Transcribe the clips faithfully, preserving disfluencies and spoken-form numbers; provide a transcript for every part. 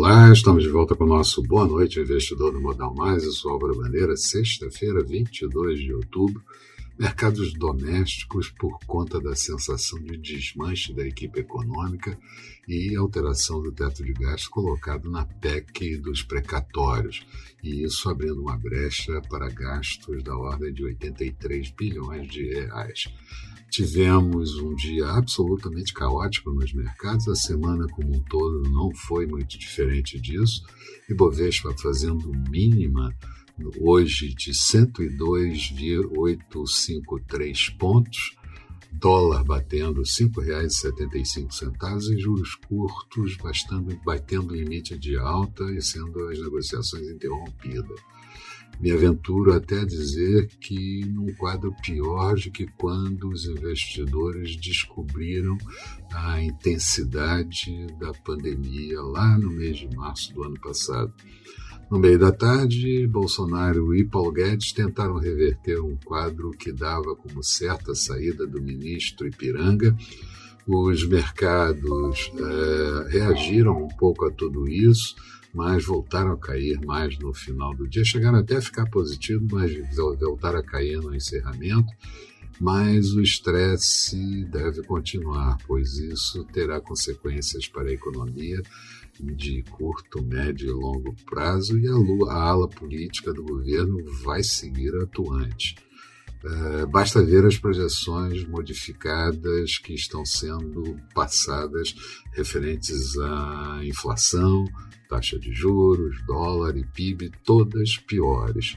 Olá, estamos de volta com o nosso Boa Noite, Investidor do Modal Mais. Eu sou Álvaro Bandeira, sexta-feira, vinte e dois de outubro. Mercados domésticos, por conta da sensação de desmanche da equipe econômica e alteração do teto de gastos colocado na P E C dos precatórios, e isso abrindo uma brecha para gastos da ordem de oitenta e três bilhões de reais. Tivemos um dia absolutamente caótico nos mercados, a semana como um todo não foi muito diferente disso. Ibovespa fazendo mínima hoje de cento e dois vírgula oitocentos e cinquenta e três pontos, dólar batendo cinco reais e setenta e cinco centavos e juros curtos bastante, batendo limite de alta e sendo as negociações interrompidas. Me aventuro até a dizer que num quadro pior do que quando os investidores descobriram a intensidade da pandemia lá no mês de março do ano passado. No meio da tarde, Bolsonaro e Paulo Guedes tentaram reverter um quadro que dava como certa a saída do ministro Ipiranga. Os mercados eh, reagiram um pouco a tudo isso, mas voltaram a cair mais no final do dia. Chegaram até a ficar positivos, mas voltaram a cair no encerramento. Mas o estresse deve continuar, pois isso terá consequências para a economia de curto, médio e longo prazo, e a, a ala política do governo vai seguir atuante. Uh, basta ver as projeções modificadas que estão sendo passadas referentes à inflação, taxa de juros, dólar e P I B, todas piores.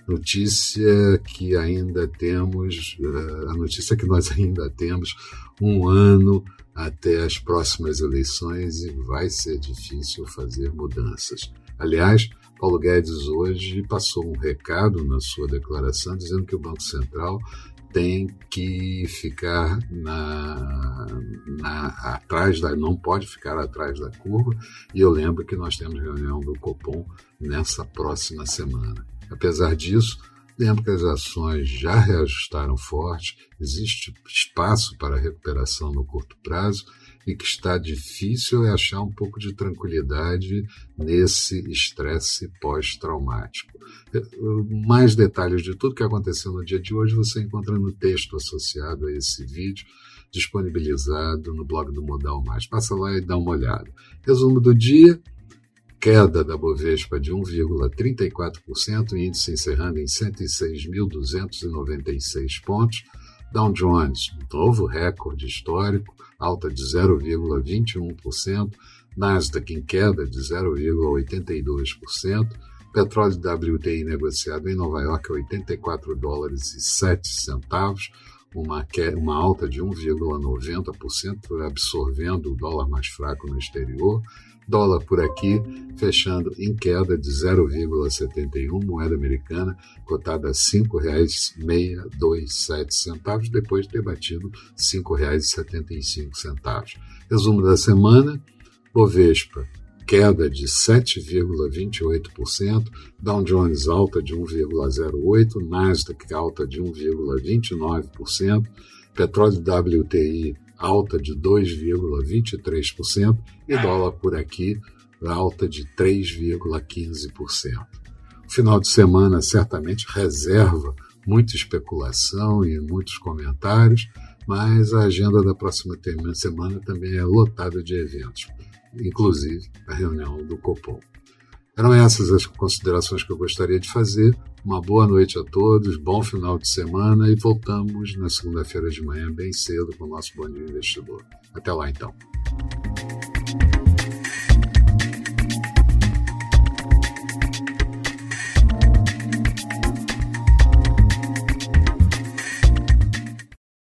Notícia que ainda temos, uh, a notícia que nós ainda temos um ano até as próximas eleições e vai ser difícil fazer mudanças. Aliás, Paulo Guedes hoje passou um recado na sua declaração dizendo que o Banco Central tem que ficar na, na, atrás da, não pode ficar atrás da curva, e eu lembro que nós temos reunião do Copom nessa próxima semana. Apesar disso, lembro que as ações já reajustaram forte, existe espaço para recuperação no curto prazo e que está difícil é achar um pouco de tranquilidade nesse estresse pós-traumático. Mais detalhes de tudo que aconteceu no dia de hoje você encontra no texto associado a esse vídeo, disponibilizado no blog do Modal Mais. Passa lá e dá uma olhada. Resumo do dia: queda da Bovespa de um vírgula trinta e quatro por cento, índice encerrando em cento e seis mil duzentos e noventa e seis pontos. Dow Jones, novo recorde histórico, alta de zero vírgula vinte e um por cento. Nasdaq em queda de zero vírgula oitenta e dois por cento. Petróleo W T I negociado em Nova York a oitenta e quatro dólares e sete centavos. Uma, uma alta de um vírgula noventa por cento, absorvendo o dólar mais fraco no exterior. Dólar por aqui, fechando em queda de zero vírgula setenta e um, moeda americana cotada a cinco reais seiscentos e vinte e sete centavos, depois de ter batido cinco reais e setenta e cinco centavos. Resumo da semana: Bovespa, queda de sete vírgula vinte e oito por cento, Dow Jones alta de um vírgula zero oito por cento, Nasdaq alta de um vírgula vinte e nove por cento, petróleo W T I alta de dois vírgula vinte e três por cento e dólar por aqui alta de três vírgula quinze por cento. O final de semana certamente reserva muita especulação e muitos comentários, mas a agenda da próxima semana também é lotada de eventos, inclusive a reunião do Copom. Eram essas as considerações que eu gostaria de fazer. Uma boa noite a todos, bom final de semana e voltamos na segunda-feira de manhã bem cedo com o nosso Bom Dia Investidor. Até lá então.